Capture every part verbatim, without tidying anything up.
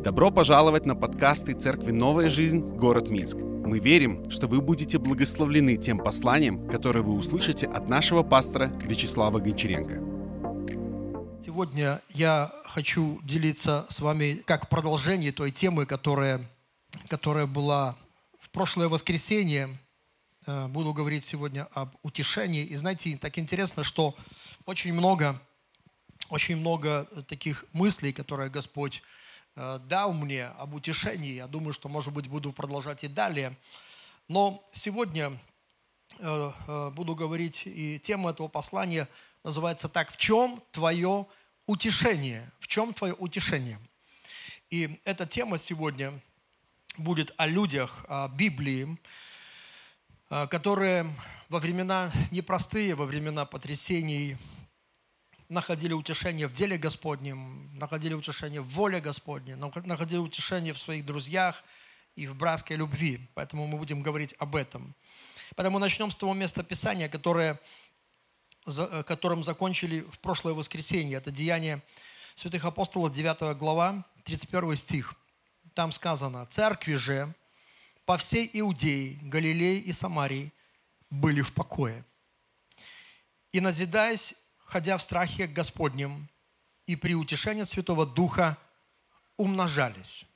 Добро пожаловать на подкасты Церкви «Новая жизнь», город Минск. Мы верим, что вы будете благословлены тем посланием, которое вы услышите от нашего пастора Вячеслава Гончаренко. Сегодня я хочу делиться с вами как продолжение той темы, которая, которая была в прошлое воскресенье. Буду говорить сегодня об утешении. И знаете, так интересно, что очень много, очень много таких мыслей, которые Господь дал мне об утешении. Я думаю, что, может быть, буду продолжать и далее. Но сегодня буду говорить, и тема этого послания называется так: «В чем твое утешение?» В чем твое утешение? И эта тема сегодня будет о людях, о Библии, которые во времена непростые, во времена потрясений находили утешение в деле Господнем, находили утешение в воле Господней, находили утешение в своих друзьях и в братской любви. Поэтому мы будем говорить об этом. Поэтому начнем с того места Писания, которое, которым закончили в прошлое воскресенье. Это Деяния святых апостолов, девятая глава, тридцать первый стих. Там сказано: «Церкви же по всей Иудее, Галилее и Самарии были в покое. И, назидаясь, ходя в страхе Господнем, и при утешении Святого Духа умножались».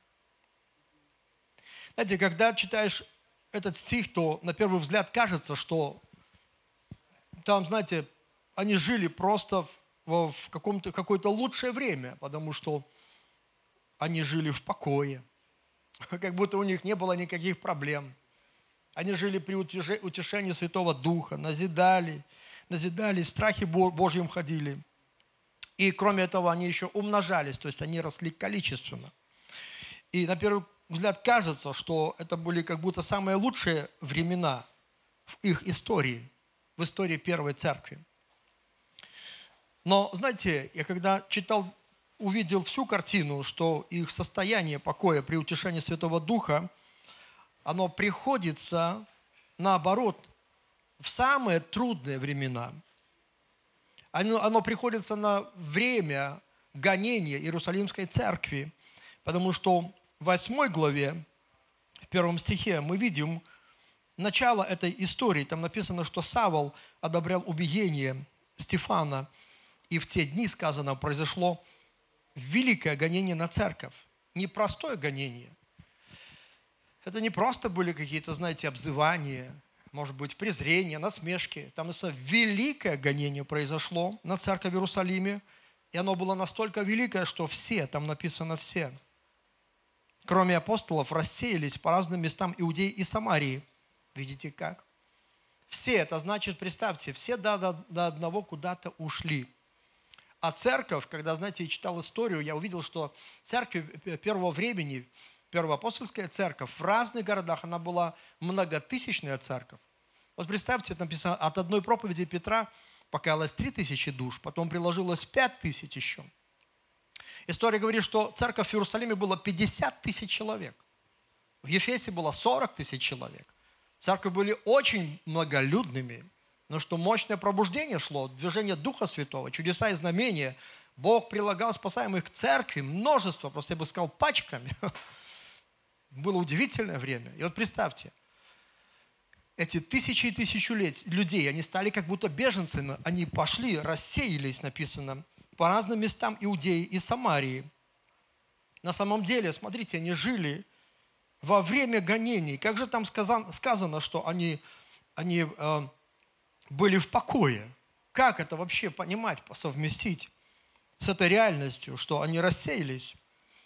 Знаете, когда читаешь этот стих, то на первый взгляд кажется, что там, знаете, они жили просто в, в каком-то, какое-то лучшее время, потому что они жили в покое, как будто у них не было никаких проблем. Они жили при утешении Святого Духа, назидали, назидали, в страхе Божьем ходили. И кроме этого они еще умножались, то есть они росли количественно. И на первый взгляд кажется, что это были как будто самые лучшие времена в их истории, в истории Первой Церкви. Но, знаете, я когда читал, увидел всю картину, что их состояние покоя при утешении Святого Духа, оно приходится, наоборот, в самые трудные времена. Оно, оно приходится на время гонения Иерусалимской церкви, потому что в восьмой главе, в первом стихе, мы видим начало этой истории. Там написано, что Савл одобрял убиение Стефана, и в те дни, сказано, произошло великое гонение на церковь. Непростое гонение. Это не просто были какие-то, знаете, обзывания, может быть, презрения, насмешки. Там великое гонение произошло на церковь в Иерусалиме, и оно было настолько великое, что все, там написано все, кроме апостолов, рассеялись по разным местам Иудеи и Самарии. Видите как? Все, это значит, представьте, все до, до, до одного куда-то ушли. А церковь, когда, знаете, я читал историю, я увидел, что церковь первого времени, первоапостольская церковь, в разных городах, она была многотысячная церковь. Вот представьте, написано, от одной проповеди Петра покаялось три тысячи душ, потом приложилось пять тысяч еще. История говорит, что церковь в Иерусалиме было пятьдесят тысяч человек. В Ефесе было сорок тысяч человек. Церкви были очень многолюдными, но что мощное пробуждение шло, движение Духа Святого, чудеса и знамения. Бог прилагал спасаемых к церкви, множество, просто я бы сказал, пачками. Было удивительное время. И вот представьте, эти тысячи и тысячи лет людей, они стали как будто беженцами, они пошли, рассеялись, написано, по разным местам Иудеи и Самарии. На самом деле, смотрите, они жили во время гонений. Как же там сказано, что они, они э, были в покое? Как это вообще понимать, совместить с этой реальностью, что они рассеялись?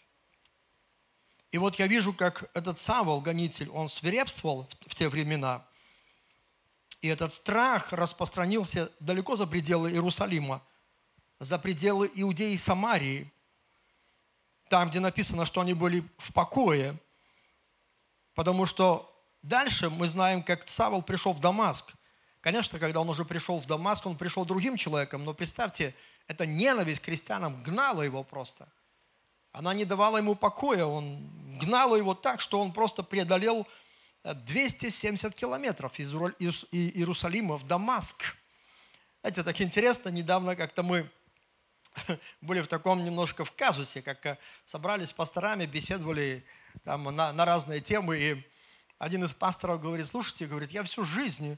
И вот я вижу, как этот Савл, гонитель, он свирепствовал в те времена. И этот страх распространился далеко за пределы Иерусалима, за пределы Иудеи и Самарии, там, где написано, что они были в покое. Потому что дальше мы знаем, как Савл пришел в Дамаск. Конечно, когда он уже пришел в Дамаск, он пришел другим человеком, но представьте, эта ненависть к христианам гнала его просто. Она не давала ему покоя, он гнала его так, что он просто преодолел двести семьдесят километров из Иерусалима в Дамаск. Знаете, так интересно, недавно как-то мы были в таком немножко в казусе, как собрались с пасторами, беседовали там на, на разные темы, и один из пасторов говорит: слушайте, говорит, я всю жизнь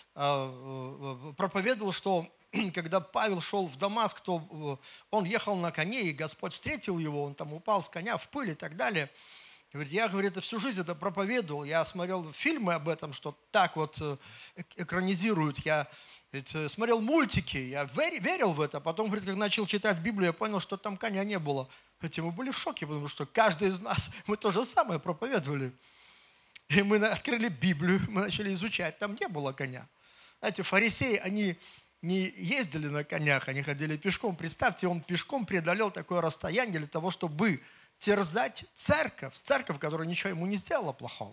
э, проповедовал, что когда Павел шел в Дамаск, то он ехал на коне, и Господь встретил его, он там упал с коня в пыль и так далее. Говорит, я, говорит, всю жизнь это проповедовал, я смотрел фильмы об этом, что так вот экранизируют, я говорит, смотрел мультики, я верил в это, потом, говорит, когда начал читать Библию, я понял, что там коня не было. Говорит, мы были в шоке, потому что каждый из нас, мы то же самое проповедовали. И мы открыли Библию, мы начали изучать, там не было коня. Знаете, фарисеи, они не ездили на конях, они ходили пешком. Представьте, он пешком преодолел такое расстояние для того, чтобы терзать церковь, церковь, которая ничего ему не сделала плохого.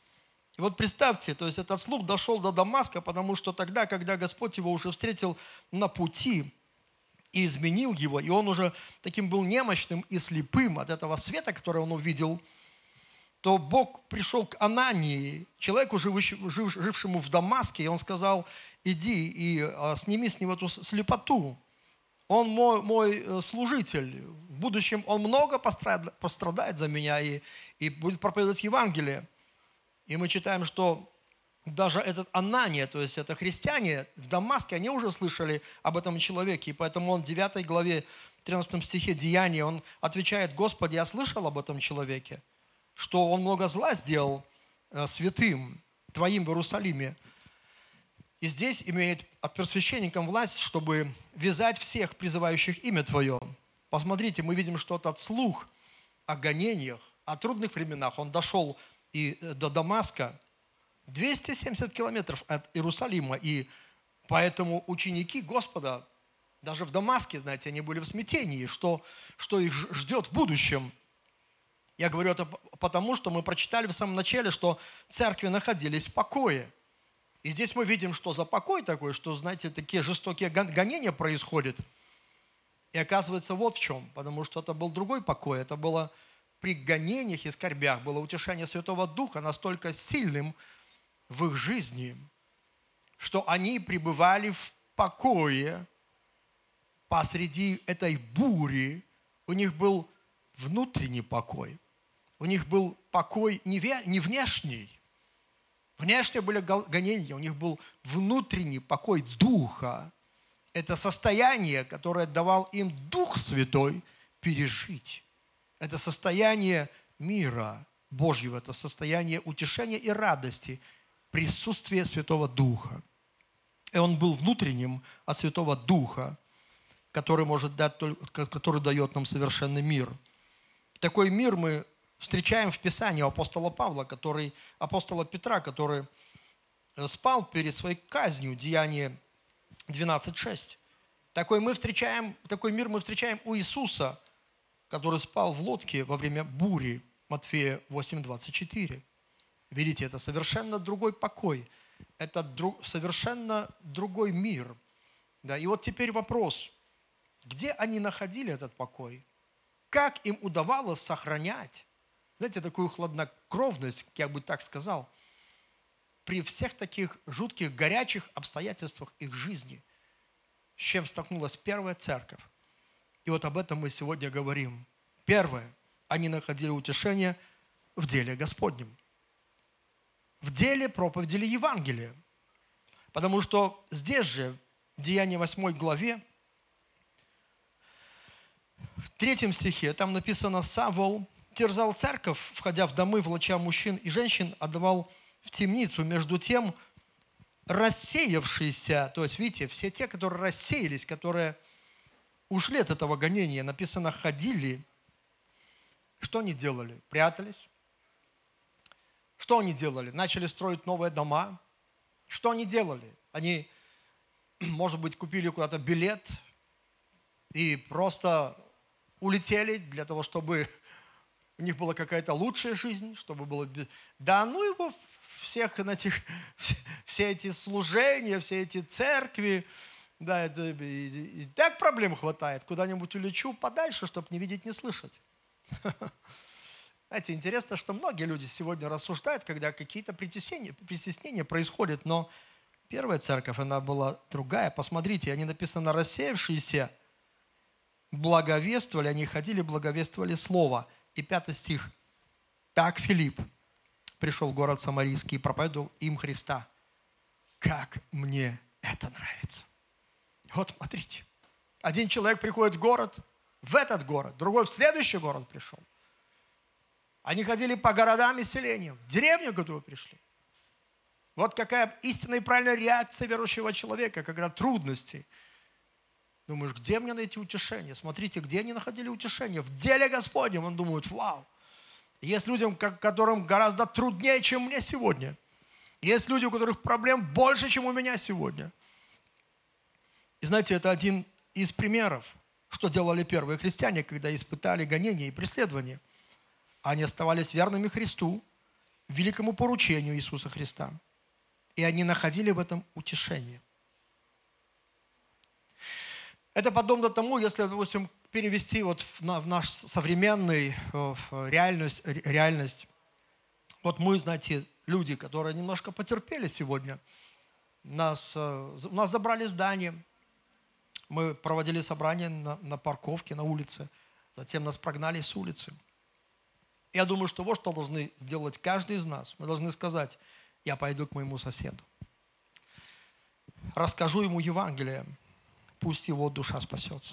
И вот представьте, то есть этот слух дошел до Дамаска, потому что тогда, когда Господь его уже встретил на пути и изменил его, и он уже таким был немощным и слепым от этого света, который он увидел, то Бог пришел к Анании, человеку, жившему в Дамаске, и он сказал: иди и сними с него эту слепоту. Он мой, мой служитель. В будущем он много пострадает, пострадает за меня и, и будет проповедовать Евангелие. И мы читаем, что даже этот Анания, то есть это христиане в Дамаске, они уже слышали об этом человеке. И поэтому он в девятой главе, тринадцатом стихе Деяния, он отвечает: Господи, я слышал об этом человеке, что он много зла сделал святым Твоим в Иерусалиме. И здесь имеет от первосвященникам власть, чтобы вязать всех, призывающих имя Твое. Посмотрите, мы видим, что этот слух о гонениях, о трудных временах, он дошел и до Дамаска, двести семьдесят километров от Иерусалима. И поэтому ученики Господа, даже в Дамаске, знаете, они были в смятении, что, что их ждет в будущем. Я говорю это потому, что мы прочитали в самом начале, что церкви находились в покое. И здесь мы видим, что за покой такой, что, знаете, такие жестокие гонения происходят. И оказывается, вот в чем. Потому что это был другой покой. Это было при гонениях и скорбях, было утешение Святого Духа настолько сильным в их жизни, что они пребывали в покое посреди этой бури. У них был внутренний покой. У них был покой не внешний. Внешне были гонения, у них был внутренний покой духа. Это состояние, которое давал им Дух Святой пережить. Это состояние мира Божьего, это состояние утешения и радости, присутствия Святого Духа. И он был внутренним от Святого Духа, который может дать, который дает нам совершенный мир. Такой мир мы встречаем в Писании у апостола Павла, который, апостола Петра, который спал перед своей казнью, Деяние двенадцать шесть. Такой, мы встречаем, такой мир мы встречаем у Иисуса, который спал в лодке во время бури, Матфея восемь двадцать четыре. Видите, это совершенно другой покой, это друг, совершенно другой мир. Да, и вот теперь вопрос, где они находили этот покой? Как им удавалось сохранять, знаете, такую хладнокровность, я бы так сказал, при всех таких жутких, горячих обстоятельствах их жизни, с чем столкнулась первая церковь. И вот об этом мы сегодня говорим. Первое, они находили утешение в деле Господнем. В деле проповеди Евангелия. Потому что здесь же, в Деянии восьмой главе, в третьем стихе, там написано: Савол терзал церковь, входя в домы, волоча мужчин и женщин, отдавал в темницу. Между тем, рассеявшиеся, то есть, видите, все те, которые рассеялись, которые ушли от этого гонения, написано, ходили. Что они делали? Прятались. Что они делали? Начали строить новые дома. Что они делали? Они, может быть, купили куда-то билет и просто улетели для того, чтобы у них была какая-то лучшая жизнь, чтобы было... Да, ну его всех этих, все эти служения, все эти церкви, да, это, и, и так проблем хватает. Куда-нибудь улечу подальше, чтобы не видеть, не слышать. Знаете, интересно, что многие люди сегодня рассуждают, когда какие-то притеснения, притеснения происходят, но первая церковь, она была другая. Посмотрите, они написано рассеявшиеся. благовествовали, они ходили, благовествовали Слово. И пятый стих. Так Филипп пришел в город Самарийский и проповедовал им Христа. Как мне это нравится. Вот смотрите. Один человек приходит в город, в этот город, другой в следующий город пришел. Они ходили по городам и селениям, в деревню, которую пришли. Вот какая истинная и правильная реакция верующего человека, когда трудности. Думаешь, где мне найти утешение? Смотрите, где они находили утешение? В деле Господнем. Он думает, вау. Есть людям, которым гораздо труднее, чем мне сегодня. Есть люди, у которых проблем больше, чем у меня сегодня. И знаете, это один из примеров, что делали первые христиане, когда испытали гонения и преследования. Они оставались верными Христу, великому поручению Иисуса Христа. И они находили в этом утешение. Это подобно тому, если, допустим, перевести вот в наш современный в реальность, реальность. Вот мы, знаете, люди, которые немножко потерпели сегодня. Нас, у нас забрали здание. Мы проводили собрание на, на парковке, на улице. Затем нас прогнали с улицы. Я думаю, что вот что должны сделать каждый из нас. Мы должны сказать, я пойду к моему соседу. Расскажу ему Евангелие. Пусть его душа спасется.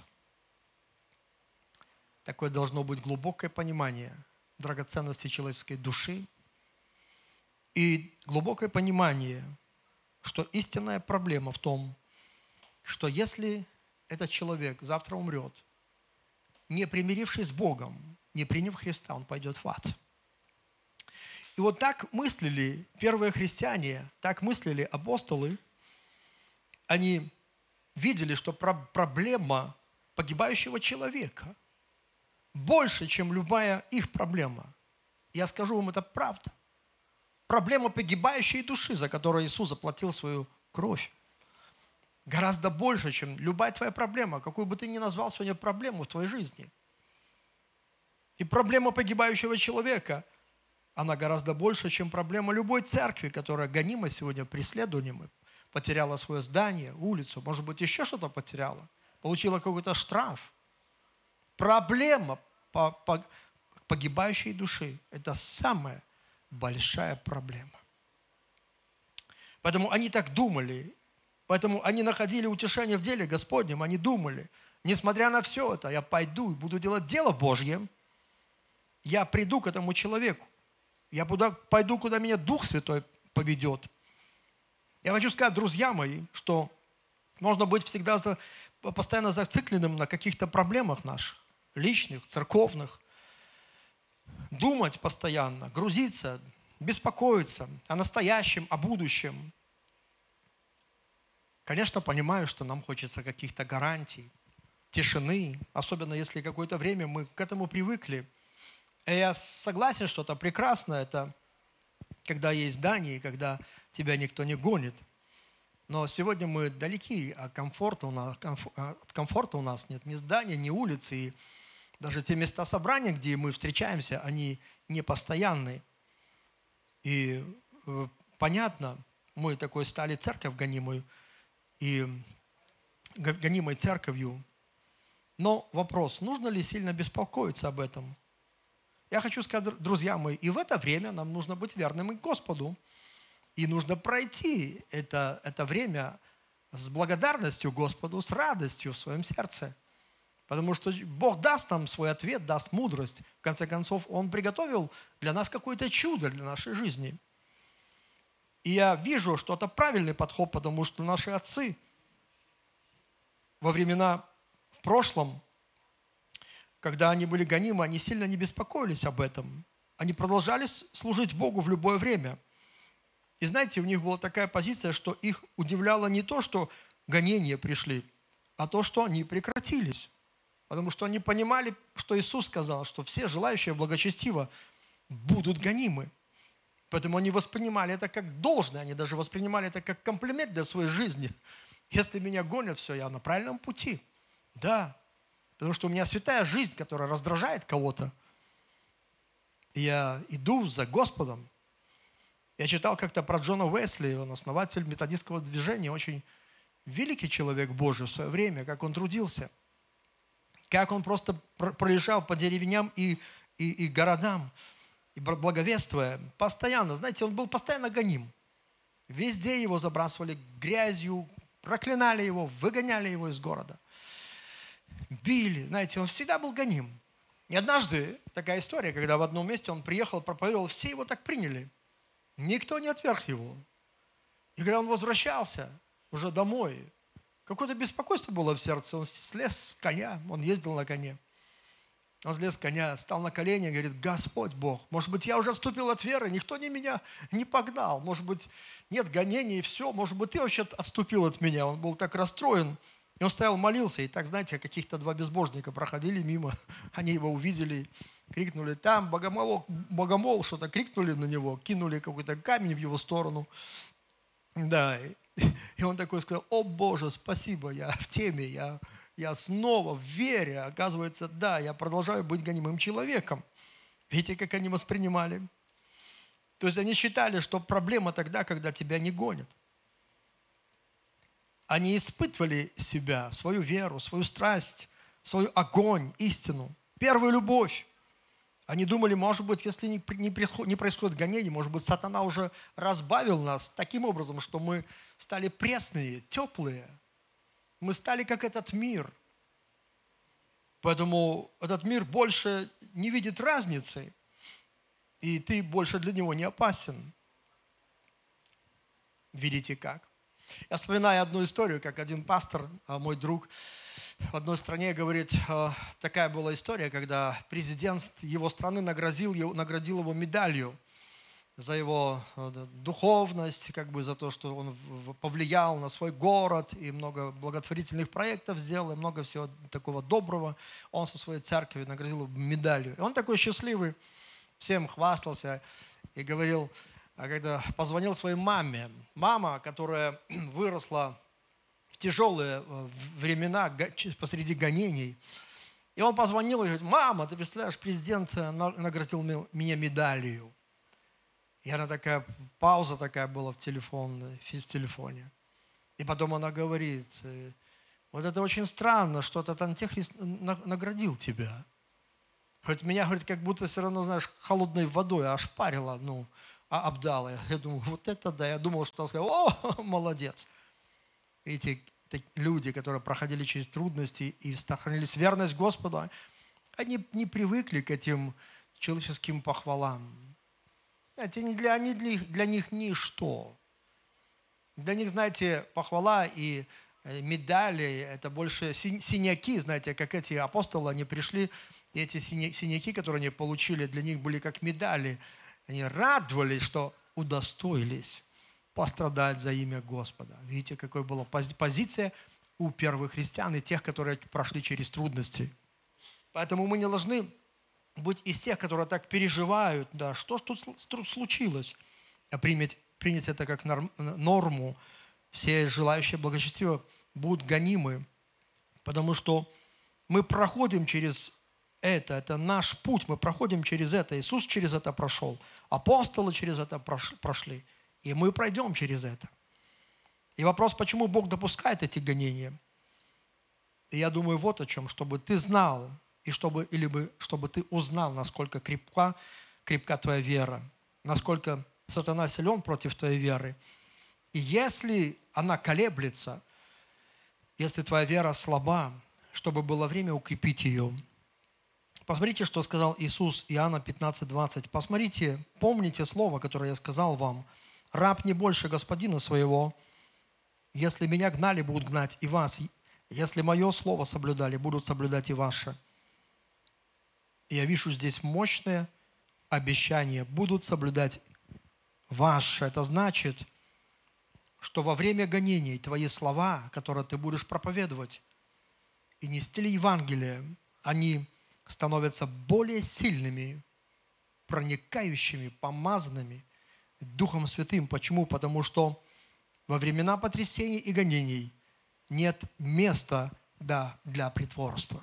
Такое должно быть глубокое понимание драгоценности человеческой души и глубокое понимание, что истинная проблема в том, что если этот человек завтра умрет, не примирившись с Богом, не приняв Христа, он пойдет в ад. И вот так мыслили первые христиане, так мыслили апостолы. Они видели, что проблема погибающего человека больше, чем любая их проблема. Я скажу вам, это правда. Проблема погибающей души, за которую Иисус заплатил свою кровь, гораздо больше, чем любая твоя проблема, какую бы ты ни назвал сегодня проблему в твоей жизни. И проблема погибающего человека, она гораздо больше, чем проблема любой церкви, которая гонима сегодня преследованием, потеряла свое здание, улицу, может быть, еще что-то потеряла, получила какой-то штраф. Проблема погибающей души – это самая большая проблема. Поэтому они так думали, поэтому они находили утешение в деле Господнем, они думали, несмотря на все это, я пойду и буду делать дело Божье, я приду к этому человеку, я пойду, куда меня Дух Святой поведет. Я хочу сказать, друзья мои, что можно быть всегда за, постоянно зацикленным на каких-то проблемах наших, личных, церковных, думать постоянно, грузиться, беспокоиться о настоящем, о будущем. Конечно, понимаю, что нам хочется каких-то гарантий, тишины, особенно если какое-то время мы к этому привыкли. И я согласен, что это прекрасно, это когда есть здание, когда тебя никто не гонит. Но сегодня мы далеки от комфорта, у нас, от комфорта у нас нет ни здания, ни улицы. И даже те места собрания, где мы встречаемся, они не постоянные. И понятно, мы такой стали церковь гонимой, и гонимой церковью. Но вопрос, нужно ли сильно беспокоиться об этом? Я хочу сказать, друзья мои, и в это время нам нужно быть верным к Господу. И нужно пройти это, это время с благодарностью Господу, с радостью в своем сердце. Потому что Бог даст нам свой ответ, даст мудрость. В конце концов, Он приготовил для нас какое-то чудо для нашей жизни. И я вижу, что это правильный подход, потому что наши отцы во времена в прошлом, когда они были гонимы, они сильно не беспокоились об этом. Они продолжали служить Богу в любое время. И знаете, у них была такая позиция, что их удивляло не то, что гонения пришли, а то, что они прекратились. Потому что они понимали, что Иисус сказал, что все желающие благочестиво будут гонимы. Поэтому они воспринимали это как должное, они даже воспринимали это как комплимент для своей жизни. Если меня гонят, все, я на правильном пути. Да, потому что у меня святая жизнь, которая раздражает кого-то. И я иду за Господом. Я читал как-то про Джона Уэсли, он основатель методистского движения, очень великий человек Божий в свое время, как он трудился. как он просто проезжал по деревням и, и, и городам, и благовествуя постоянно. Знаете, он был постоянно гоним. Везде его забрасывали грязью, проклинали его, выгоняли его из города. Били. Знаете, он всегда был гоним. И однажды такая история, когда в одном месте он приехал, проповедовал, все его так приняли. Никто не отверг его. И когда он возвращался уже домой, какое-то беспокойство было в сердце. Он слез с коня, он ездил на коне. Он слез с коня, стал на колени и говорит: Господь Бог, может быть, я уже отступил от веры, никто не меня не погнал, может быть, нет гонений и все, может быть, ты вообще отступил от меня. Он был так расстроен. И он стоял, молился, и так, знаете, каких-то два безбожника проходили мимо, они его увидели, крикнули, там богомол, богомол что-то крикнули на него, кинули какой-то камень в его сторону. Да, и он такой сказал: о Боже, спасибо, я в теме, я, я снова в вере. Оказывается, да, я продолжаю быть гонимым человеком. Видите, как они воспринимали? То есть они считали, что проблема тогда, когда тебя не гонят. Они испытывали себя, свою веру, свою страсть, свой огонь, истину, первую любовь. Они думали, может быть, если не происходит гонение, может быть, сатана уже разбавил нас таким образом, что мы стали пресные, теплые. Мы стали как этот мир. Поэтому этот мир больше не видит разницы, и ты больше для него не опасен. Видите как? Я вспоминаю одну историю, как один пастор, мой друг, в одной стране говорит, такая была история, когда президент его страны наградил его, наградил его медалью за его духовность, как бы за то, что он повлиял на свой город и много благотворительных проектов сделал, и много всего такого доброго. Он со своей церковью наградил его медалью. И он такой счастливый, всем хвастался и говорил, а когда позвонил своей маме, мама, которая выросла в тяжелые времена посреди гонений, и он позвонил и говорит: мама, ты представляешь, президент наградил меня медалью. И она такая, пауза такая была в, телефон, в телефоне. И потом она говорит: вот это очень странно, что этот антихрист наградил тебя. Говорит, меня, говорит, как будто все равно, знаешь, холодной водой ошпарило, ну, обдала. Я думаю, вот это да. Я думал, что он сказал: о, молодец. Эти люди, которые проходили через трудности и сохранились верность Господу, они не привыкли к этим человеческим похвалам. Знаете, они для, они для, для них ничто. Для них, знаете, похвала и медали, это больше синяки, знаете, как эти апостолы, они пришли, и эти синяки, которые они получили, для них были как медали. Они радовались, что удостоились пострадать за имя Господа. Видите, какая была позиция у первых христиан и тех, которые прошли через трудности. Поэтому мы не должны быть из тех, которые так переживают, да, что ж тут случилось, а принять, принять это как норму. Все желающие благочестивого будут гонимы, потому что мы проходим через это, это наш путь, мы проходим через это. Иисус через это прошел, апостолы через это прошли, и мы пройдем через это. И вопрос, почему Бог допускает эти гонения? И я думаю вот о чем, чтобы ты знал, и чтобы, или бы, чтобы ты узнал, насколько крепка, крепка твоя вера, насколько сатана силен против твоей веры. И если она колеблется, если твоя вера слаба, чтобы было время укрепить ее. Посмотрите, что сказал Иисус, Иоанна пятнадцать двадцать. Посмотрите, помните слово, которое я сказал вам. «Раб не больше господина своего. Если меня гнали, будут гнать и вас. Если мое слово соблюдали, будут соблюдать и ваше». И я вижу здесь мощное обещание. Будут соблюдать ваше. Это значит, что во время гонений твои слова, которые ты будешь проповедовать и нести ли Евангелие, они становятся более сильными, проникающими, помазанными Духом Святым. Почему? Потому что во времена потрясений и гонений нет места, да, для притворства.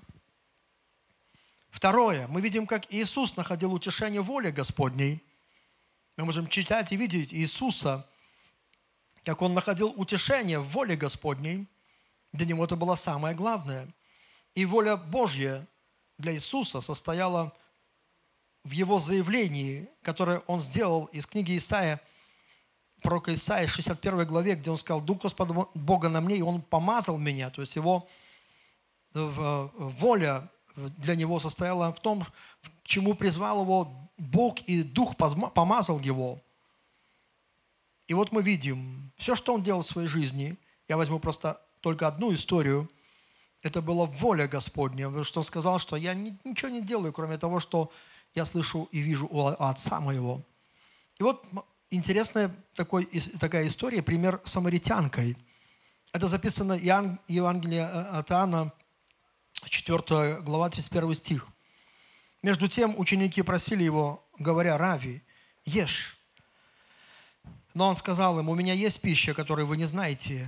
Второе. Мы видим, как Иисус находил утешение в воле Господней. Мы можем читать и видеть Иисуса, как Он находил утешение в воле Господней. Для Него это было самое главное. И воля Божья для Иисуса состояла в Его заявлении, которое Он сделал из книги Исаия, пророка Исаия, шестьдесят первой главе, где Он сказал: «Дух Господа Бога на мне, и Он помазал меня». То есть Его воля для Него состояла в том, к чему призвал Его Бог, и Дух помазал Его. И вот мы видим, все, что Он делал в своей жизни, я возьму просто только одну историю, это была воля Господня, потому что Он сказал, что я ничего не делаю, кроме того, что я слышу и вижу у Отца Моего. И вот интересная такой, такая история, пример с самаритянкой. Это записано в Евангелии от Иоанна, четвёртая глава, тридцать первый стих. «Между тем ученики просили Его, говоря: Рави, ешь». Но Он сказал им: «У меня есть пища, которую вы не знаете».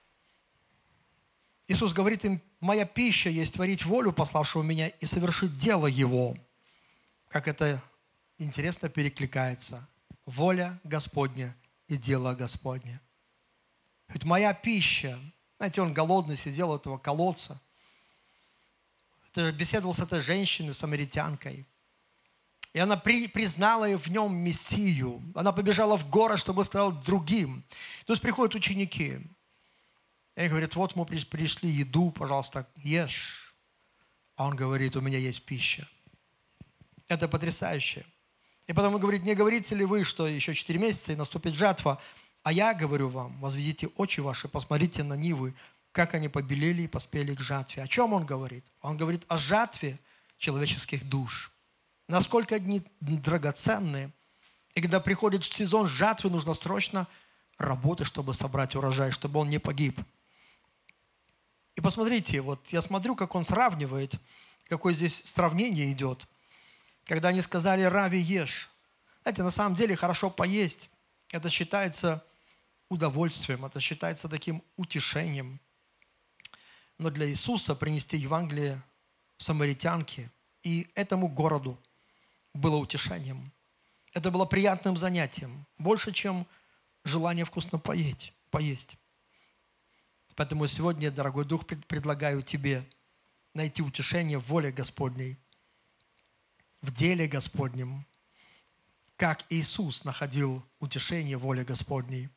Иисус говорит им: «Моя пища есть творить волю пославшего меня и совершить дело Его». Как это интересно перекликается. Воля Господня и дело Господне. Ведь моя пища, знаете, Он голодный сидел у этого колодца, беседовал с этой женщиной, самаритянкой. И она при, признала в нем Мессию. Она побежала в город, чтобы сказать другим. То есть приходят ученики. И говорят: вот мы пришли, еду, пожалуйста, ешь. А он говорит: у меня есть пища. Это потрясающе. И потом он говорит: не говорите ли вы, что еще четыре месяца и наступит жатва? А я говорю вам: возведите очи ваши, посмотрите на нивы, как они побелели и поспели к жатве. О чем он говорит? Он говорит о жатве человеческих душ. Насколько они драгоценные. И когда приходит сезон жатвы, нужно срочно работать, чтобы собрать урожай, чтобы он не погиб. И посмотрите, вот я смотрю, как он сравнивает, какое здесь сравнение идет. Когда они сказали: Рави, ешь. Знаете, на самом деле хорошо поесть. Это считается удовольствием, это считается таким утешением. Но для Иисуса принести Евангелие самаритянке и этому городу было утешением. Это было приятным занятием, больше, чем желание вкусно поесть. поесть. Поэтому сегодня, дорогой Дух, предлагаю тебе найти утешение в воле Господней, в деле Господнем, как Иисус находил утешение в воле Господней.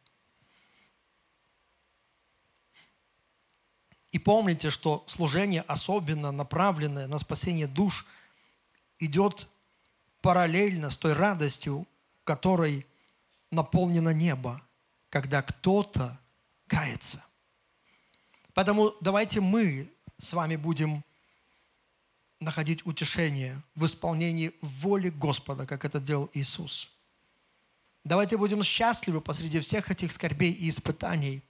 И помните, что служение, особенно направленное на спасение душ, идет параллельно с той радостью, которой наполнено небо, когда кто-то кается. Поэтому давайте мы с вами будем находить утешение в исполнении воли Господа, как это делал Иисус. Давайте будем счастливы посреди всех этих скорбей и испытаний.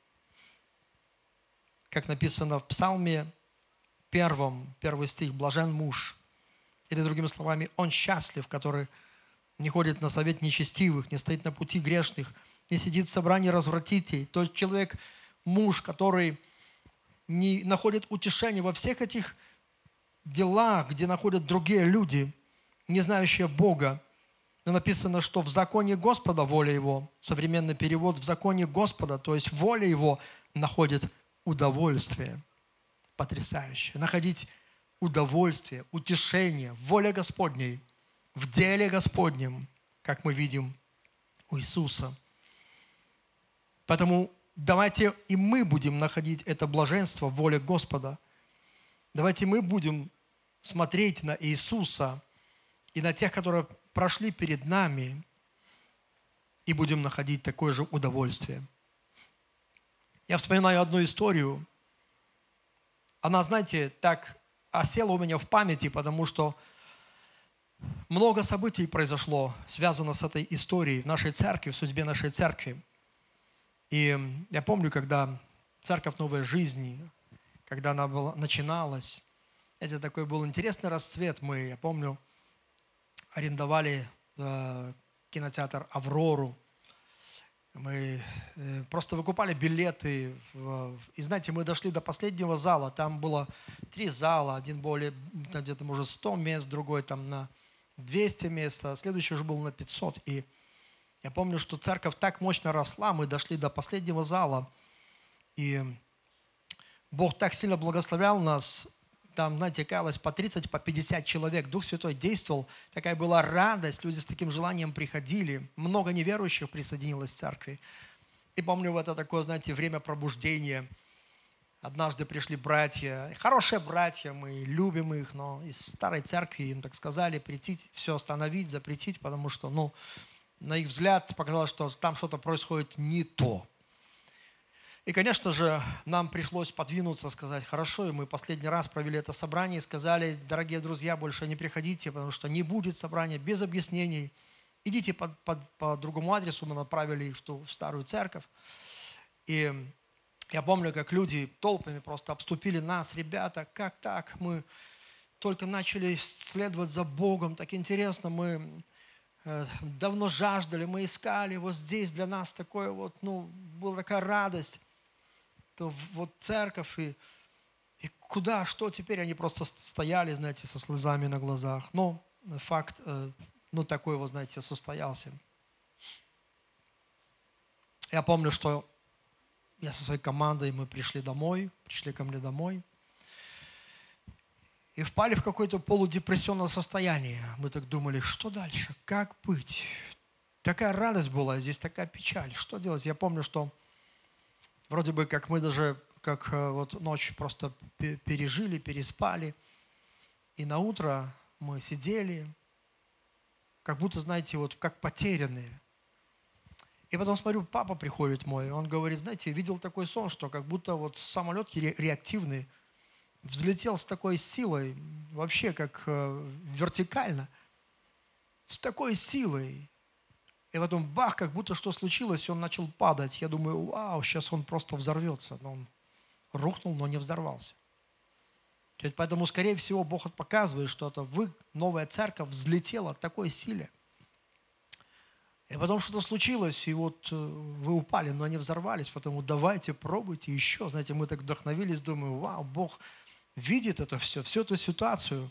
Как написано в Псалме первом, первый стих: «Блажен муж». Или, другими словами, он счастлив, который не ходит на совет нечестивых, не стоит на пути грешных, не сидит в собрании развратителей. То есть человек, муж, который не находит утешения во всех этих делах, где находят другие люди, не знающие Бога. Но написано, что в законе Господа воля Его, современный перевод: в законе Господа, то есть воля Его, находит удовольствие. Потрясающе. Находить удовольствие, утешение, воля Господней в деле Господнем, как мы видим у Иисуса. Поэтому давайте и мы будем находить это блаженство в воле Господа. Давайте мы будем смотреть на Иисуса и на тех, которые прошли перед нами, и будем находить такое же удовольствие. Я вспоминаю одну историю. Она, знаете, так осела у меня в памяти, потому что много событий произошло, связано с этой историей в нашей церкви, в судьбе нашей церкви. И я помню, когда церковь «Новая жизнь», когда она была, начиналась, это такой был интересный расцвет. Мы, я помню, арендовали э, кинотеатр «Аврору». Мы э, просто выкупали билеты. В, и знаете, мы дошли до последнего зала. Там было три зала. Один более, где-то, может, сто мест, другой там на двести мест, а следующий уже был на пятьсот. И я помню, что церковь так мощно росла. Мы дошли до последнего зала. И Бог так сильно благословлял нас, там, знаете, каялось по тридцать, по пятьдесят человек. Дух Святой действовал, такая была радость, люди с таким желанием приходили. Много неверующих присоединилось к церкви. И помню, в это такое, знаете, время пробуждения. Однажды пришли братья, хорошие братья, мы любим их, но из старой церкви им так сказали прийти, все остановить, запретить, потому что, ну, на их взгляд показалось, что там что-то происходит не то. И, конечно же, нам пришлось подвинуться, сказать, хорошо, и мы последний раз провели это собрание и сказали, дорогие друзья, больше не приходите, потому что не будет собрания без объяснений. Идите по, по, по другому адресу, мы направили их в ту в старую церковь. И я помню, как люди толпами просто обступили нас, ребята, как так, мы только начали следовать за Богом, так интересно, мы э, давно жаждали, мы искали вот здесь для нас такое вот, ну, была такая радость. То вот церковь, и, и куда, что теперь? Они просто стояли, знаете, со слезами на глазах. Но факт, ну, такой вот, знаете, состоялся. Я помню, что я со своей командой, мы пришли домой, пришли ко мне домой, и впали в какое-то полудепрессионное состояние. Мы так думали, что дальше, как быть? Такая радость была, здесь такая печаль, что делать? Я помню, что вроде бы как мы даже, как вот ночь просто пережили, переспали. И на утро мы сидели, как будто, знаете, вот как потерянные. И потом смотрю, папа приходит мой, он говорит, знаете, видел такой сон, что как будто вот самолет реактивный взлетел с такой силой, вообще как вертикально, с такой силой. И потом бах, как будто что случилось, и он начал падать. Я думаю, вау, сейчас он просто взорвется. Но он рухнул, но не взорвался. Поэтому, скорее всего, Бог показывает, что это вы, новая церковь, взлетела от такой силе. И потом что-то случилось, и вот вы упали, но не взорвались. Поэтому давайте, пробуйте еще. Знаете, мы так вдохновились, думаю, вау, Бог видит это все, всю эту ситуацию.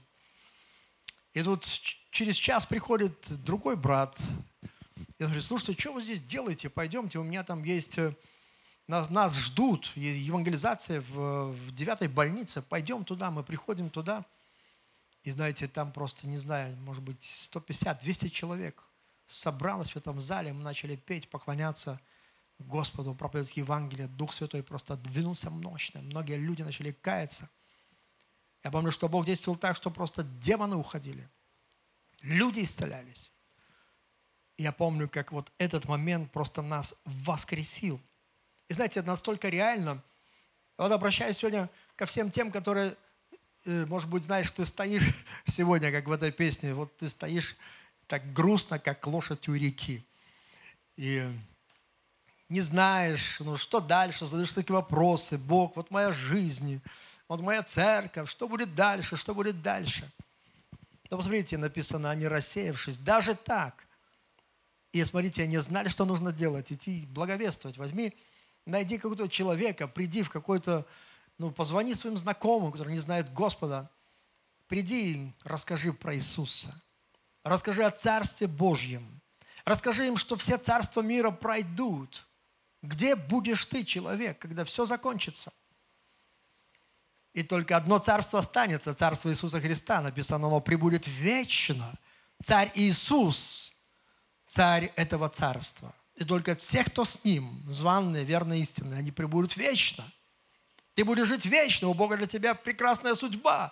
И тут через час приходит другой брат. Я говорю, слушайте, что вы здесь делаете? Пойдемте, у меня там есть, нас, нас ждут, евангелизация в, в девятой больнице. Пойдем туда, мы приходим туда. И знаете, там просто, не знаю, может быть, сто пятьдесят - двести человек собралось в этом зале. Мы начали петь, поклоняться Господу, проповедовать Евангелие. Дух Святой просто двинулся мощно. Многие люди начали каяться. Я помню, что Бог действовал так, что просто демоны уходили. Люди исцелялись. Я помню, как вот этот момент просто нас воскресил. И знаете, это настолько реально. Вот обращаюсь сегодня ко всем тем, которые, может быть, знаешь, ты стоишь сегодня, как в этой песне, вот ты стоишь так грустно, как лошадь у реки. И не знаешь, ну что дальше, задаешь такие вопросы. Бог, вот моя жизнь, вот моя церковь, что будет дальше, что будет дальше? Но посмотрите, написано, они рассеявшись, даже так. И смотрите, они знали, что нужно делать, идти благовествовать. Возьми, найди какого-то человека, приди в какой-то, ну, позвони своим знакомым, которые не знают Господа. Приди им, расскажи про Иисуса. Расскажи о Царстве Божьем. Расскажи им, что все царства мира пройдут. Где будешь ты, человек, когда все закончится? И только одно царство останется, царство Иисуса Христа. Написано, оно пребудет вечно. Царь Иисус, царь этого царства. И только все, кто с ним, званные, верные, истинные, они пребудут вечно. Ты будешь жить вечно, у Бога для тебя прекрасная судьба.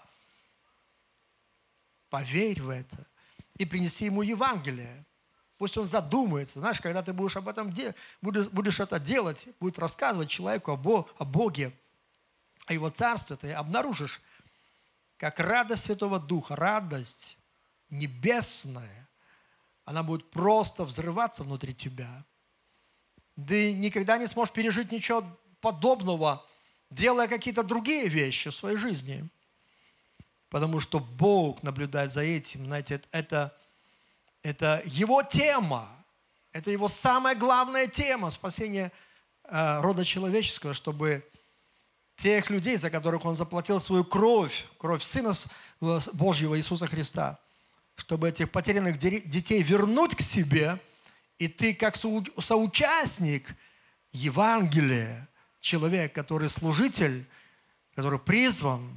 Поверь в это и принеси ему Евангелие. Пусть он задумается. Знаешь, когда ты будешь об этом де- будешь, будешь это делать, будет рассказывать человеку о, Бо- о Боге, о Его Царстве, ты обнаружишь, как радость Святого Духа, радость небесная, она будет просто взрываться внутри тебя. Ты никогда не сможешь пережить ничего подобного, делая какие-то другие вещи в своей жизни. Потому что Бог наблюдает за этим. Знаете, это, это Его тема. Это Его самая главная тема спасения э, рода человеческого, чтобы тех людей, за которых Он заплатил свою кровь, кровь Сына Божьего Иисуса Христа, чтобы этих потерянных детей вернуть к себе, и ты как соучастник Евангелия, человек, который служитель, который призван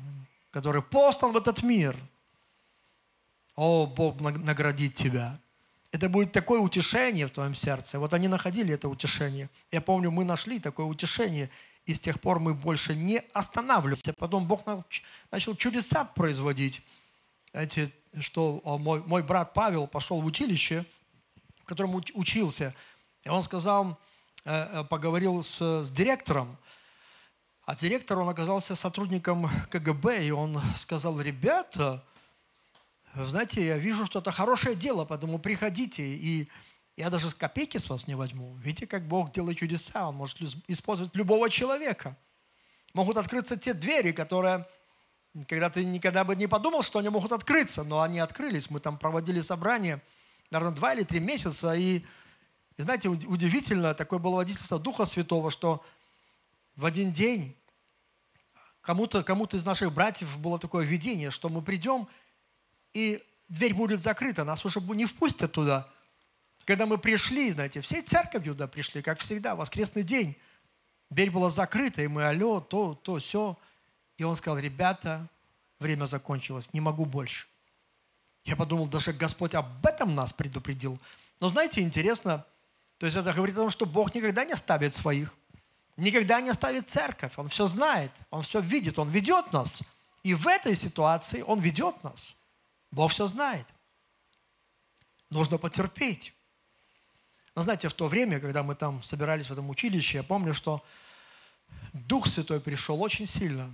который послан в этот мир, о, Бог наградит тебя. Это будет такое утешение в твоем сердце. Вот они находили это утешение. Я помню, мы нашли такое утешение, и с тех пор мы больше не останавливаемся. Потом Бог начал чудеса производить. Знаете, что мой, мой брат Павел пошел в училище, в котором учился, и он сказал, поговорил с, с директором, а директор, он оказался сотрудником ка гэ бэ, и он сказал: ребята, знаете, я вижу, что это хорошее дело, поэтому приходите, и я даже с копейки с вас не возьму. Видите, как Бог делает чудеса, Он может использовать любого человека. Могут открыться те двери, которые, когда ты никогда бы не подумал, что они могут открыться, но они открылись. Мы там проводили собрание, наверное, два или три месяца, и, и знаете, удивительно, такое было водительство Духа Святого, что в один день кому-то, кому-то из наших братьев было такое видение, что мы придем, и дверь будет закрыта, нас уже не впустят туда. Когда мы пришли, знаете, всей церковью туда пришли, как всегда, воскресный день. Дверь была закрыта, и мы алло, то, то, все. И он сказал: ребята, время закончилось, не могу больше. Я подумал, даже Господь об этом нас предупредил. Но знаете, интересно, то есть это говорит о том, что Бог никогда не оставит своих, никогда не оставит церковь. Он все знает, Он все видит, Он ведет нас. И в этой ситуации Он ведет нас. Бог все знает. Нужно потерпеть. Но знаете, в то время, когда мы там собирались в этом училище, я помню, что Дух Святой пришел очень сильно.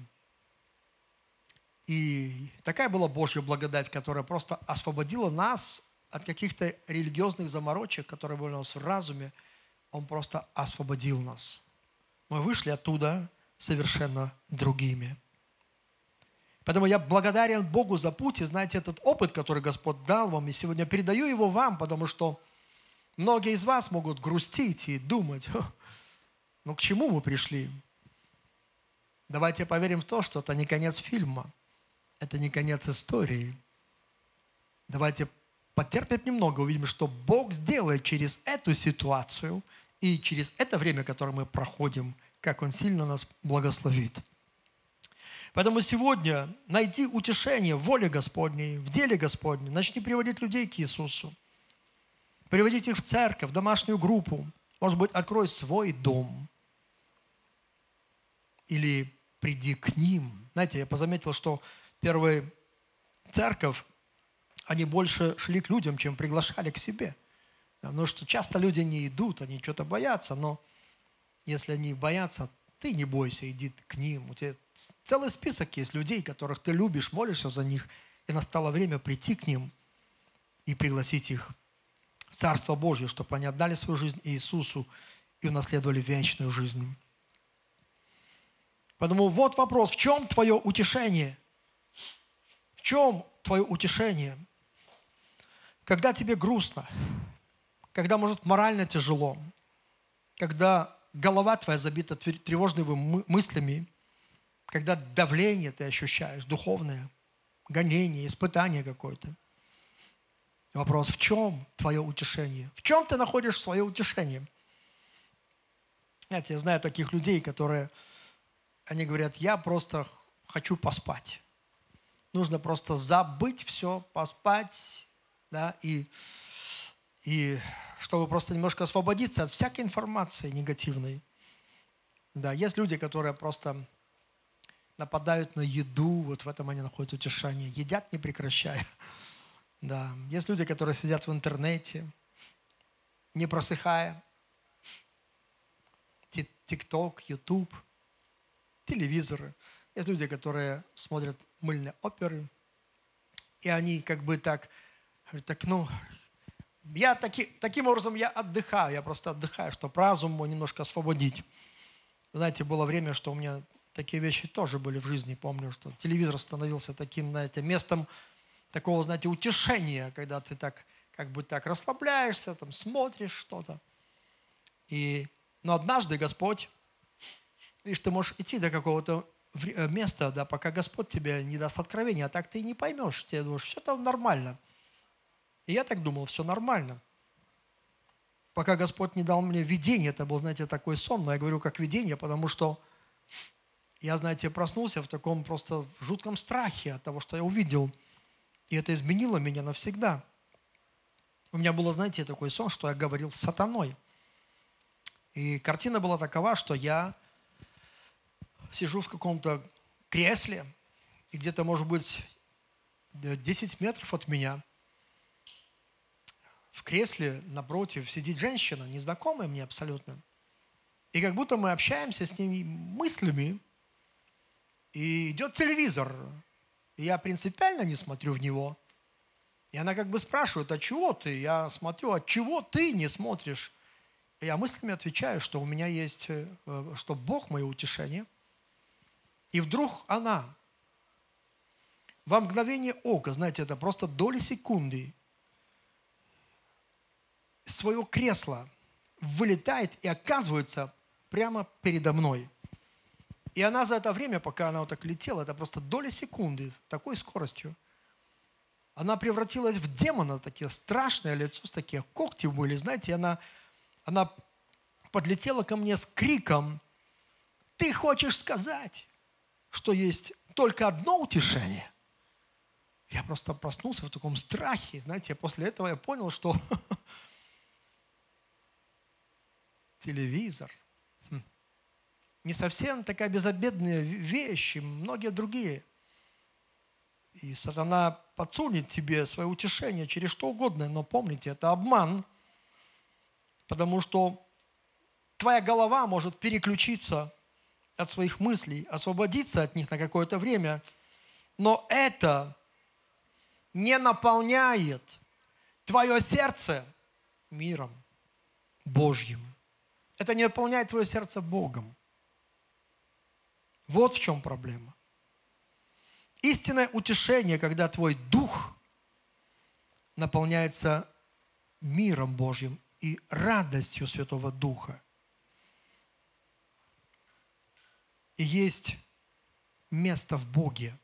И такая была Божья благодать, которая просто освободила нас от каких-то религиозных заморочек, которые были у нас в разуме. Он просто освободил нас. Мы вышли оттуда совершенно другими. Поэтому я благодарен Богу за путь, и знаете, этот опыт, который Господь дал вам, и сегодня передаю его вам, потому что многие из вас могут грустить и думать: ну к чему мы пришли? Давайте поверим в то, что это не конец фильма, это не конец истории. Давайте потерпим немного, увидим, что Бог сделает через эту ситуацию и через это время, которое мы проходим, как Он сильно нас благословит. Поэтому сегодня найди утешение в воле Господней, в деле Господней. Начни приводить людей к Иисусу. Приводить их в церковь, в домашнюю группу. Может быть, открой свой дом. Или приди к ним. Знаете, я позаметил, что первая церковь, они больше шли к людям, чем приглашали к себе. Потому что часто люди не идут, они что-то боятся, но если они боятся, ты не бойся, иди к ним. У тебя целый список есть людей, которых ты любишь, молишься за них, и настало время прийти к ним и пригласить их в Царство Божье, чтобы они отдали свою жизнь Иисусу и унаследовали вечную жизнь. Поэтому вот вопрос: в чем твое утешение? В чем твое утешение? Когда тебе грустно, когда, может, морально тяжело, когда голова твоя забита тревожными мыслями, когда давление ты ощущаешь, духовное, гонение, испытание какое-то. Вопрос: в чем твое утешение? В чем ты находишь свое утешение? Знаете, я знаю таких людей, которые, они говорят: я просто хочу поспать. Нужно просто забыть все, поспать, да, и, и чтобы просто немножко освободиться от всякой информации негативной. Да, есть люди, которые просто нападают на еду, вот в этом они находят утешение. Едят не прекращая. Да. Есть люди, которые сидят в интернете, не просыхая. Тик-ток, Ютуб, телевизоры. Есть люди, которые смотрят мыльные оперы, и они как бы так, так ну, я таки, таким образом я отдыхаю, я просто отдыхаю, чтобы разум мой немножко освободить. Вы знаете, было время, что у меня такие вещи тоже были в жизни. Помню, что телевизор становился таким, знаете, местом такого, знаете, утешения, когда ты так, как бы так расслабляешься, там смотришь что-то. И, но однажды Господь, видишь, ты можешь идти до какого-то места, да, пока Господь тебе не даст откровения, а так ты и не поймешь. Ты думаешь, все там нормально. И я так думал, все нормально. Пока Господь не дал мне видение, это был, знаете, такой сон, но я говорю как видение, потому что Я, знаете, проснулся в таком просто в жутком страхе от того, что я увидел. И это изменило меня навсегда. У меня было, знаете, такой сон, что я говорил с сатаной. И картина была такова, что я сижу в каком-то кресле, и где-то, может быть, десять метров от меня в кресле напротив сидит женщина, незнакомая мне абсолютно. И как будто мы общаемся с ней мыслями, и идет телевизор. И я принципиально не смотрю в него. И она как бы спрашивает, а чего ты? Я смотрю, а чего ты не смотришь? И я мыслями отвечаю, что у меня есть, что Бог мое утешение. И вдруг она во мгновение ока, знаете, это просто доли секунды, из своего кресла вылетает и оказывается прямо передо мной. И она за это время, пока она вот так летела, это просто доли секунды, такой скоростью, она превратилась в демона, такие страшное лицо, с такие когти были, знаете, и она, она подлетела ко мне с криком: «Ты хочешь сказать, что есть только одно утешение?» Я просто проснулся в таком страхе, знаете, после этого я понял, что телевизор не совсем такая безобидная вещь, и многие другие. И сатана подсунет тебе свое утешение через что угодно, но помните, это обман, потому что твоя голова может переключиться от своих мыслей, освободиться от них на какое-то время, но это не наполняет твое сердце миром Божьим. Это не наполняет твое сердце Богом. Вот в чем проблема. Истинное утешение, когда твой дух наполняется миром Божьим и радостью Святого Духа. И есть место в Боге,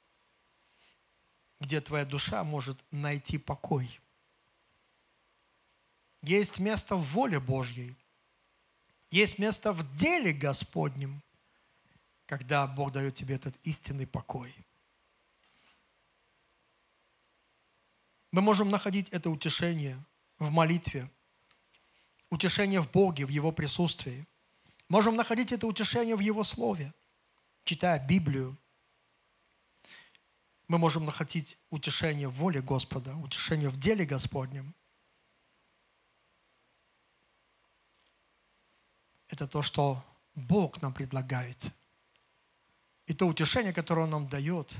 где твоя душа может найти покой. Есть место в воле Божьей. Есть место в деле Господнем, когда Бог дает тебе этот истинный покой. Мы можем находить это утешение в молитве, утешение в Боге, в Его присутствии. Можем находить это утешение в Его Слове, читая Библию. Мы можем находить утешение в воле Господа, утешение в деле Господнем. Это то, что Бог нам предлагает. И то утешение, которое Он нам дает,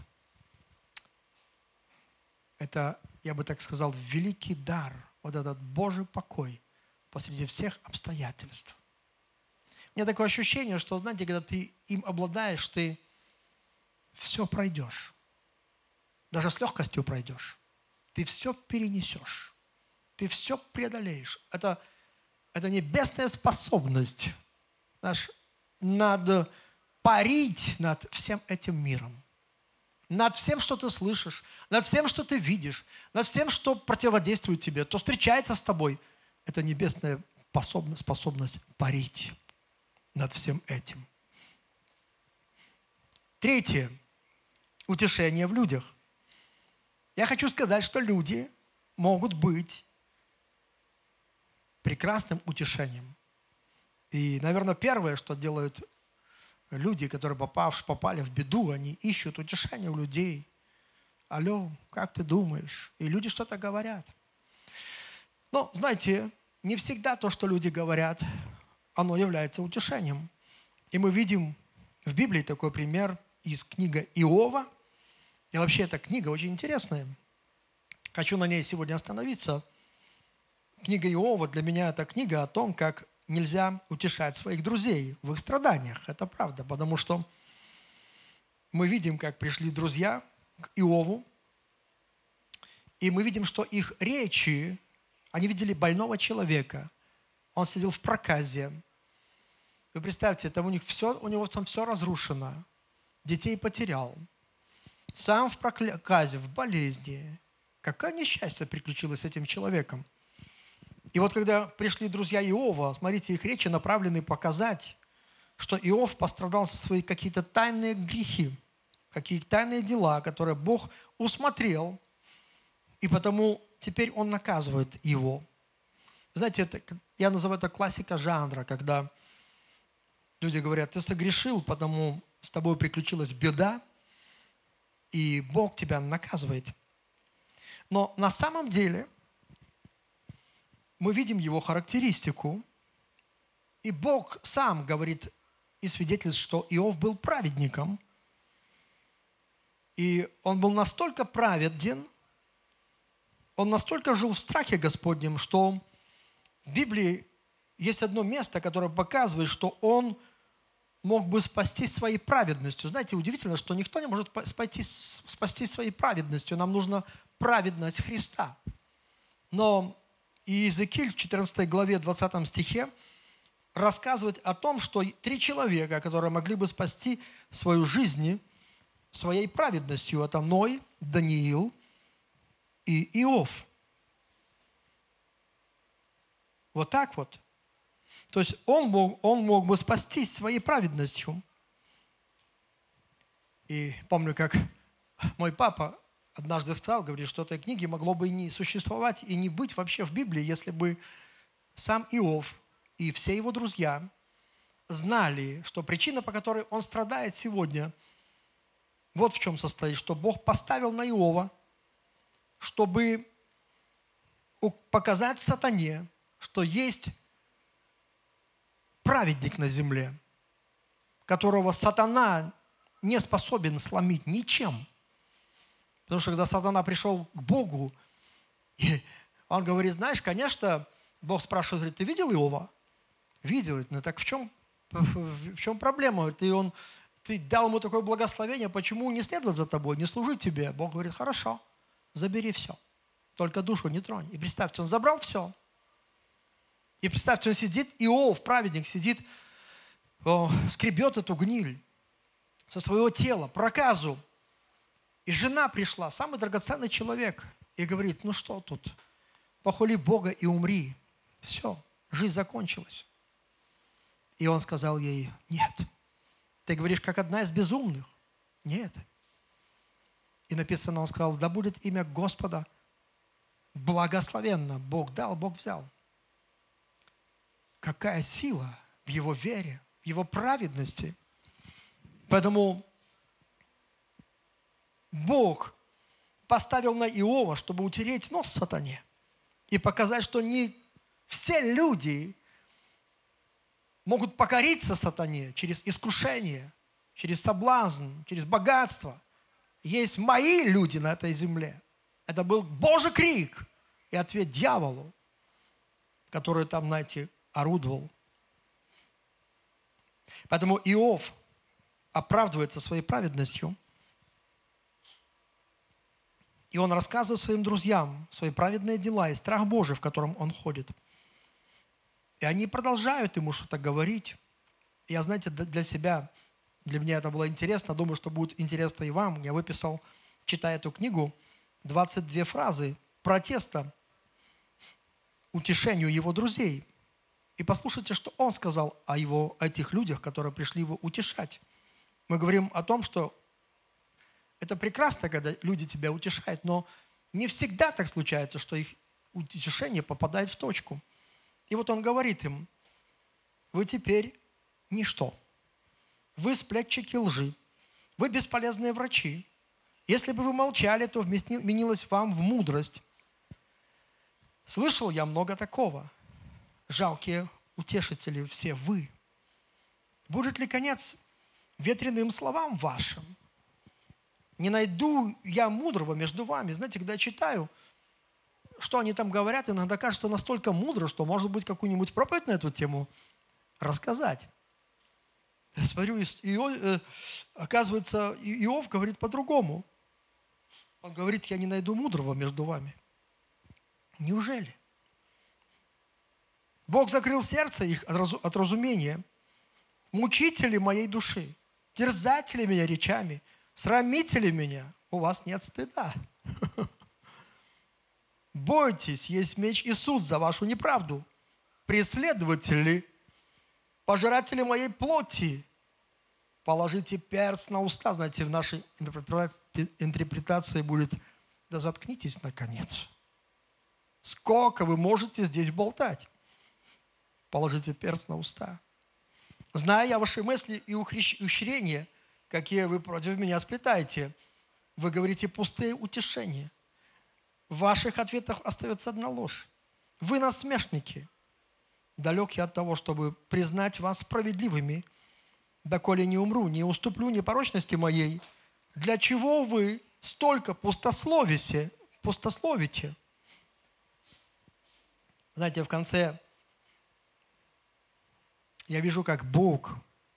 это, я бы так сказал, великий дар, вот этот Божий покой посреди всех обстоятельств. У меня такое ощущение, что, знаете, когда ты им обладаешь, ты все пройдешь. Даже с легкостью пройдешь. Ты все перенесешь. Ты все преодолеешь. Это, это небесная способность, знаешь, над парить над всем этим миром. Над всем, что ты слышишь, над всем, что ты видишь, над всем, что противодействует тебе, то встречается с тобой. Это небесная способность, способность парить над всем этим. Третье. Утешение в людях. Я хочу сказать, что люди могут быть прекрасным утешением. И, наверное, первое, что делают люди, которые попав, попали в беду, они ищут утешение у людей. Алло, как ты думаешь? И люди что-то говорят. Но, знаете, не всегда то, что люди говорят, оно является утешением. И мы видим в Библии такой пример из книги Иова. И вообще эта книга очень интересная. Хочу на ней сегодня остановиться. Книга Иова для меня это книга о том, как нельзя утешать своих друзей в их страданиях. Это правда, потому что мы видим, как пришли друзья к Иову, и мы видим, что их речи, они видели больного человека. Он сидел в проказе. Вы представьте, там у них все, у него там все разрушено. Детей потерял. Сам в проказе, в болезни. Какое несчастье приключилось с этим человеком. И вот когда пришли друзья Иова, смотрите, их речи направлены показать, что Иов пострадал за свои какие-то тайные грехи, какие-то тайные дела, которые Бог усмотрел, и потому теперь Он наказывает его. Знаете, это, я называю это классика жанра, когда люди говорят: ты согрешил, потому с тобой приключилась беда, и Бог тебя наказывает. Но на самом деле мы видим его характеристику, и Бог сам говорит и свидетельствует, что Иов был праведником, и он был настолько праведен, он настолько жил в страхе Господнем, что в Библии есть одно место, которое показывает, что он мог бы спастись своей праведностью. Знаете, удивительно, что никто не может спастись, спастись своей праведностью. Нам нужна праведность Христа. Но Иезекииль в четырнадцатой главе, двадцатом стихе рассказывает о том, что три человека, которые могли бы спасти свою жизнь своей праведностью, это Ной, Даниил и Иов. Вот так вот. То есть он мог, он мог бы спастись своей праведностью. И помню, как мой папа однажды сказал, говорит, что этой книги могло бы и не существовать, и не быть вообще в Библии, если бы сам Иов и все его друзья знали, что причина, по которой он страдает сегодня, вот в чем состоит, что Бог поставил на Иова, чтобы показать сатане, что есть праведник на земле, которого сатана не способен сломить ничем. Потому что когда сатана пришел к Богу, и он говорит: знаешь, конечно, Бог спрашивает, говорит: ты видел Иова? Видел. Ну так в чем, в чем проблема? Говорит, и он, ты дал ему такое благословение, почему не следовать за тобой, не служить тебе? Бог говорит: хорошо, забери все, только душу не тронь. И представьте, он забрал все. И представьте, он сидит, Иов, праведник, сидит, о, скребет эту гниль со своего тела, проказу. И жена пришла, самый драгоценный человек, и говорит: ну что тут, похвали Бога и умри. Все, жизнь закончилась. И он сказал ей: нет, ты говоришь, как одна из безумных. Нет. И написано, он сказал: да будет имя Господа благословенно. Бог дал, Бог взял. Какая сила в его вере, в его праведности. Поэтому Бог поставил на Иова, чтобы утереть нос сатане и показать, что не все люди могут покориться сатане через искушение, через соблазн, через богатство. Есть мои люди на этой земле. Это был Божий крик и ответ дьяволу, который там, знаете, орудовал. Поэтому Иов оправдывается своей праведностью. И он рассказывает своим друзьям свои праведные дела и страх Божий, в котором он ходит. И они продолжают ему что-то говорить. И я, знаете, для себя, для меня это было интересно, думаю, что будет интересно и вам. Я выписал, читая эту книгу, двадцать две фразы протеста утешению его друзей. И послушайте, что он сказал о его, о этих людях, которые пришли его утешать. Мы говорим о том, что это прекрасно, когда люди тебя утешают, но не всегда так случается, что их утешение попадает в точку. И вот он говорит им: вы теперь ничто. Вы сплетчики лжи. Вы бесполезные врачи. Если бы вы молчали, то вменилось вам в мудрость. Слышал я много такого. Жалкие утешители все вы. Будет ли конец ветреным словам вашим? Не найду я мудрого между вами. Знаете, когда я читаю, что они там говорят, иногда кажется настолько мудро, что, может быть, какую-нибудь проповедь на эту тему рассказать. Я смотрю, Иов, оказывается, Иов говорит по-другому. Он говорит: я не найду мудрого между вами. Неужели? Бог закрыл сердце их от разумения. Мучители моей души, терзатели меня речами, срамители меня, у вас нет стыда. Бойтесь, есть меч и суд за вашу неправду. Преследователи пожиратели моей плоти, положите перст на уста. Знаете, в нашей интерпретации будет: да заткнитесь, наконец. Сколько вы можете здесь болтать? Положите перст на уста. Зная я ваши мысли и ухищрения, какие вы против меня сплетаете, вы говорите пустые утешения. В ваших ответах остается одна ложь. Вы насмешники, далекие от того, чтобы признать вас справедливыми, доколе не умру, не уступлю непорочности моей. Для чего вы столько пустословите? пустословите? Знаете, в конце я вижу, как Бог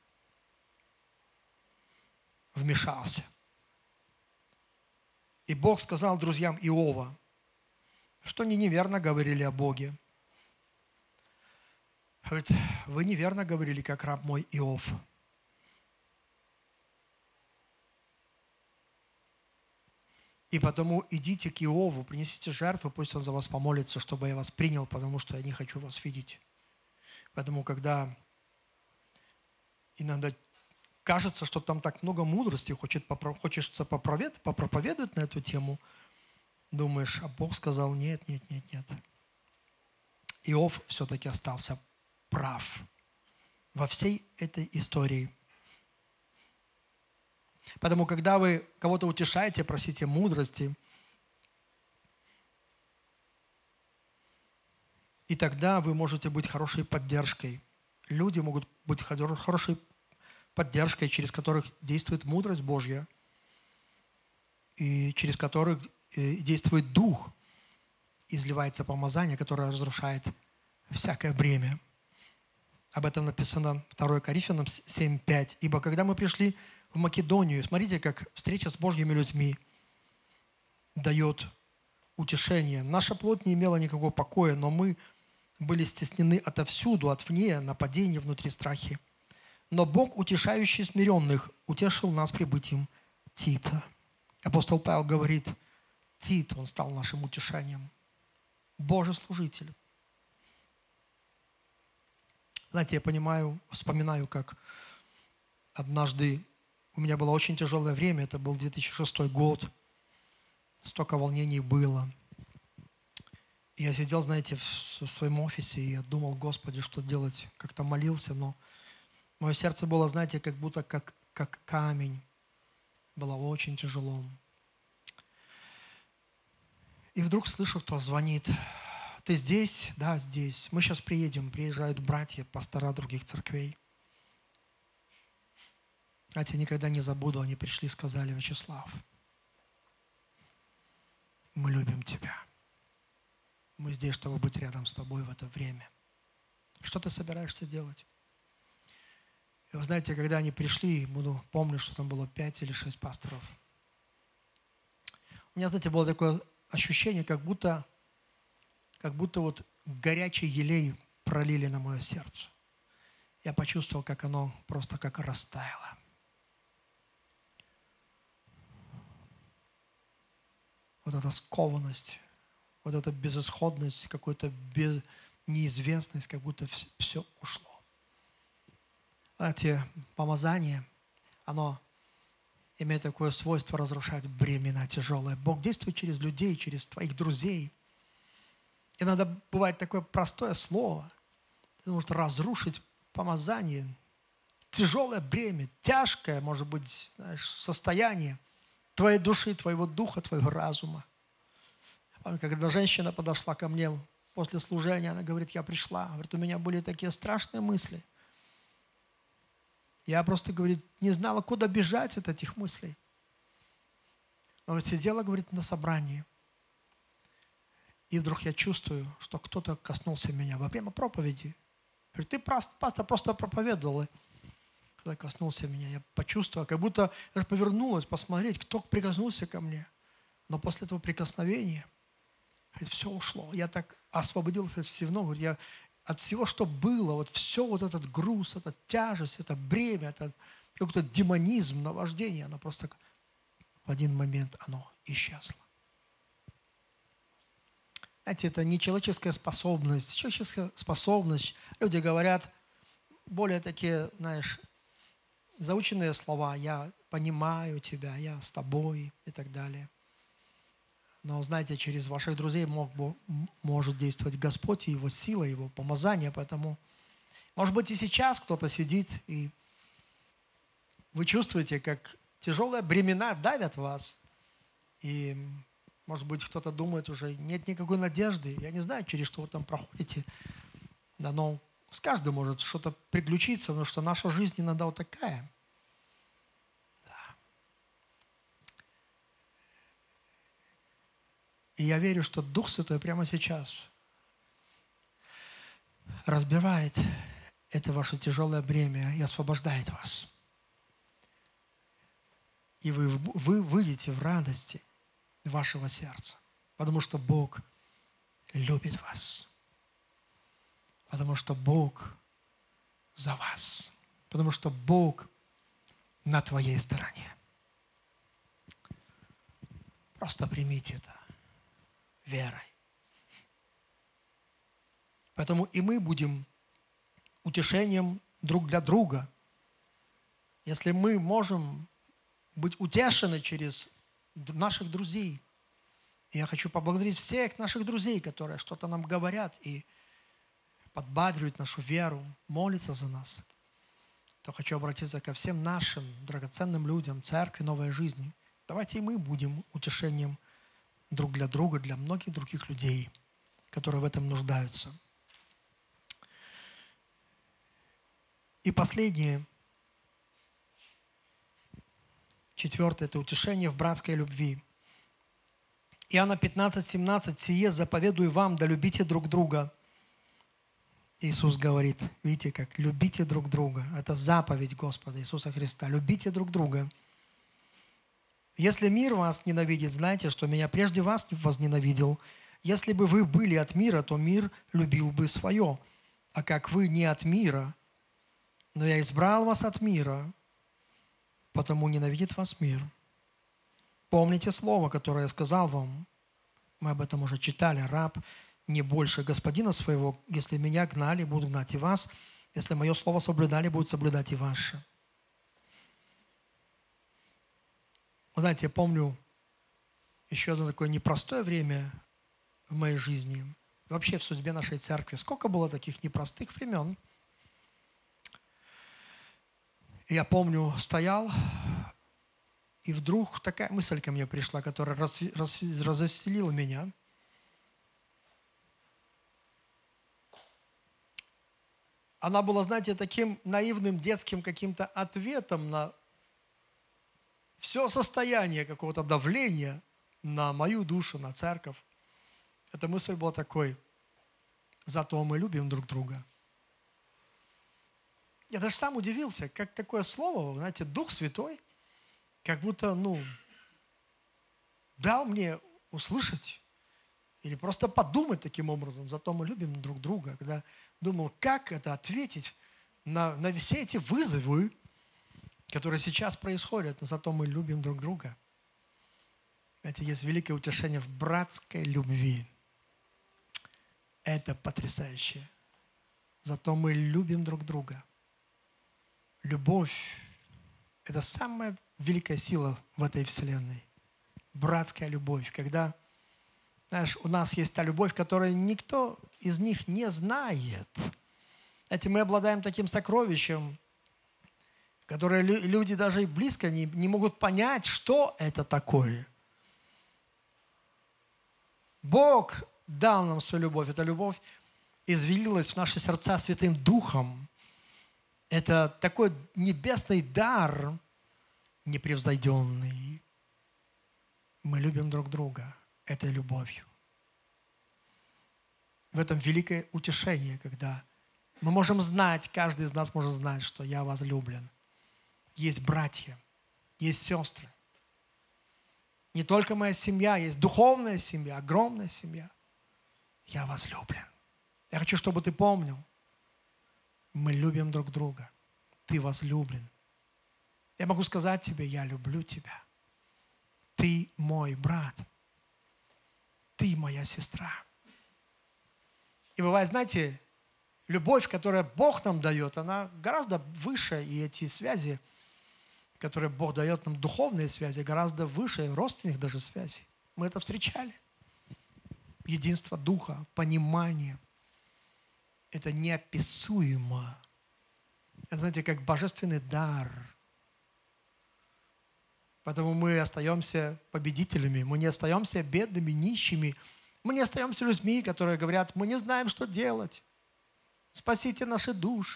вмешался. И Бог сказал друзьям Иова, что они неверно говорили о Боге. Говорит: вы неверно говорили, как раб мой Иов. И потому идите к Иову, принесите жертву, пусть он за вас помолится, чтобы я вас принял, потому что я не хочу вас видеть. Поэтому, когда иногда кажется, что там так много мудрости, хочет, хочется попроповедовать на эту тему, думаешь, а Бог сказал: нет, нет, нет, нет. Иов все-таки остался прав во всей этой истории. Поэтому, когда вы кого-то утешаете, просите мудрости, и тогда вы можете быть хорошей поддержкой. Люди могут быть хорошей поддержкой, через которых действует мудрость Божья, и через которых действует Дух, изливается помазание, которое разрушает всякое бремя. Об этом написано второе Коринфянам семь пять. «Ибо когда мы пришли в Македонию, смотрите, как встреча с Божьими людьми дает утешение. Наша плоть не имела никакого покоя, но мы были стеснены отовсюду, отвне, нападения, внутри страхи. Но Бог, утешающий смиренных, утешил нас прибытием Тита». Апостол Павел говорит: Тит, он стал нашим утешением. Божий служитель. Знаете, я понимаю, вспоминаю, как однажды у меня было очень тяжелое время, это был две тысячи шестой год, столько волнений было. И я сидел, знаете, в своем офисе, и я думал: Господи, что делать? Как-то молился, но мое сердце было, знаете, как будто как, как камень. Было очень тяжело. И вдруг слышу, кто звонит: ты здесь? Да, здесь. Мы сейчас приедем. Приезжают братья, пастора других церквей. Знаете, я никогда не забуду, они пришли и сказали: Вячеслав, мы любим тебя. Мы здесь, чтобы быть рядом с тобой в это время. Что ты собираешься делать? И вы знаете, когда они пришли, буду помню, что там было пять или шесть пасторов. У меня, знаете, было такое ощущение, как будто, как будто вот горячий елей пролили на мое сердце. Я почувствовал, как оно просто как растаяло. Вот эта скованность, вот эта безысходность, какая-то без... неизвестность, как будто все ушло. Знаете, помазание, оно имеет такое свойство разрушать бремена тяжелые. Бог действует через людей, через твоих друзей. Иногда бывает такое простое слово, это может разрушить помазание, тяжелое бремя, тяжкое, может быть, знаешь, состояние твоей души, твоего духа, твоего разума. Помню, когда женщина подошла ко мне после служения, она говорит: я пришла, говорит, у меня были такие страшные мысли. Я просто, говорит, не знала, куда бежать от этих мыслей. Но вот сидела, говорит, на собрании. И вдруг я чувствую, что кто-то коснулся меня во время проповеди. Говорит: ты, пастор, просто проповедовал. Кто-то коснулся меня. Я почувствовал, как будто я повернулась посмотреть, кто прикоснулся ко мне. Но после этого прикосновения, говорит, все ушло. Я так освободился от всего. Говорит, я от всего, что было, вот все вот этот груз, эта тяжесть, это бремя, это какой-то демонизм, наваждение, оно просто в один момент оно исчезло. Знаете, это не человеческая способность. Человеческая способность, люди говорят, более такие, знаешь, заученные слова. Я понимаю тебя, я с тобой и так далее. Но, знаете, через ваших друзей мог, может действовать Господь и Его сила, Его помазание. Поэтому, может быть, и сейчас кто-то сидит, и вы чувствуете, как тяжелые бремена давят вас. И, может быть, кто-то думает уже, нет никакой надежды. Я не знаю, через что вы там проходите. Да, но с каждым может что-то приключиться, потому что наша жизнь иногда вот такая. Да. И я верю, что Дух Святой прямо сейчас разбирает это ваше тяжелое бремя и освобождает вас. И вы, вы выйдете в радости вашего сердца, потому что Бог любит вас, потому что Бог за вас, потому что Бог на твоей стороне. Просто примите это верой. Поэтому и мы будем утешением друг для друга. Если мы можем быть утешены через наших друзей. И я хочу поблагодарить всех наших друзей, которые что-то нам говорят и подбадривают нашу веру, молятся за нас. То хочу обратиться ко всем нашим драгоценным людям, церкви новой жизни. Давайте и мы будем утешением друг для друга, для многих других людей, которые в этом нуждаются. И последнее, четвертое, это утешение в братской любви. Иоанна пятнадцать, семнадцать. «Сие заповедую вам, да любите друг друга». Иисус говорит, видите, как любите друг друга. Это заповедь Господа Иисуса Христа. Любите друг друга. «Если мир вас ненавидит, знайте, что меня прежде вас возненавидел. Если бы вы были от мира, то мир любил бы свое. А как вы не от мира, но я избрал вас от мира, потому ненавидит вас мир. Помните слово, которое я сказал вам. Мы об этом уже читали. Раб не больше господина своего. Если меня гнали, буду гнать и вас. Если мое слово соблюдали, будут соблюдать и ваше». Вы знаете, я помню еще одно такое непростое время в моей жизни. Вообще в судьбе нашей церкви. Сколько было таких непростых времен. Я помню, стоял, и вдруг такая мысль ко мне пришла, которая развеселила меня. Она была, знаете, таким наивным детским каким-то ответом на все состояние какого-то давления на мою душу, на церковь. Эта мысль была такой: зато мы любим друг друга. Я даже сам удивился, как такое слово, знаете, Дух Святой, как будто, ну, дал мне услышать или просто подумать таким образом. Зато мы любим друг друга. Когда думал, как это ответить на, на все эти вызовы, которые сейчас происходят, но зато мы любим друг друга. Знаете, есть великое утешение в братской любви. Это потрясающе. Зато мы любим друг друга. Любовь – это самая великая сила в этой вселенной. Братская любовь. Когда, знаешь, у нас есть та любовь, которую никто из них не знает. Знаете, мы обладаем таким сокровищем, которое люди даже и близко не, не могут понять, что это такое. Бог дал нам свою любовь. Эта любовь извелилась в наши сердца Святым Духом. Это такой небесный дар, непревзойденный. Мы любим друг друга этой любовью. В этом великое утешение, когда мы можем знать, каждый из нас может знать, что я возлюблен. Есть братья, есть сестры. Не только моя семья, есть духовная семья, огромная семья. Я возлюблен. Я хочу, чтобы ты помнил, мы любим друг друга. Ты возлюблен. Я могу сказать тебе, я люблю тебя. Ты мой брат. Ты моя сестра. И бывает, знаете, Любовь, которую Бог нам дает, она гораздо выше, и эти связи, которые Бог дает нам, духовные связи, гораздо выше родственных даже связей. Мы это встречали. Единство Духа, понимание. Это неописуемо. Это, знаете, как божественный дар. Поэтому мы остаемся победителями, мы не остаемся бедными, нищими, мы не остаемся людьми, которые говорят, мы не знаем, что делать. Спасите наши души.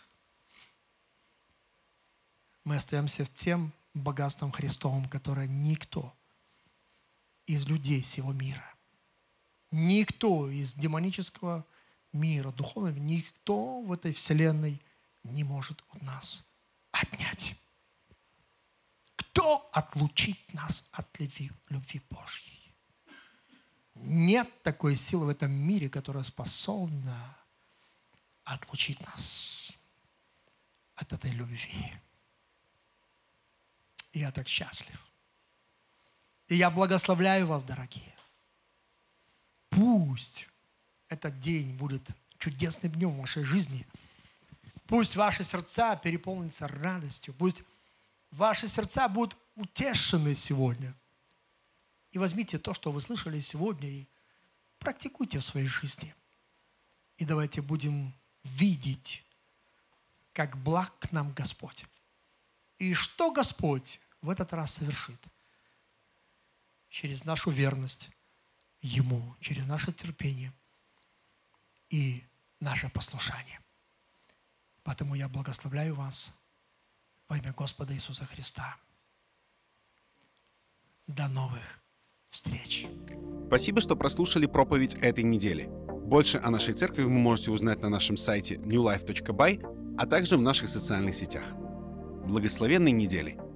Мы остаемся тем богатством Христовым, которое никто из людей сего мира, никто из демонического мира, духовного, никто в этой вселенной не может от нас отнять. Кто отлучит нас от любви, любви Божьей? Нет такой силы в этом мире, которая способна отлучить нас от этой любви. И я так счастлив. И я благословляю вас, дорогие. Пусть этот день будет чудесным днем в вашей жизни. Пусть ваши сердца переполнятся радостью. Пусть ваши сердца будут утешены сегодня. И возьмите то, что вы слышали сегодня, и практикуйте в своей жизни. И давайте будем видеть, как благ к нам Господь. И что Господь в этот раз совершит? Через нашу верность Ему, через наше терпение и наше послушание. Поэтому я благословляю вас во имя Господа Иисуса Христа. До новых встреч. Спасибо, что прослушали проповедь этой недели. Больше о нашей церкви вы можете узнать на нашем сайте нью лайф точка бай, а также в наших социальных сетях. Благословенной недели!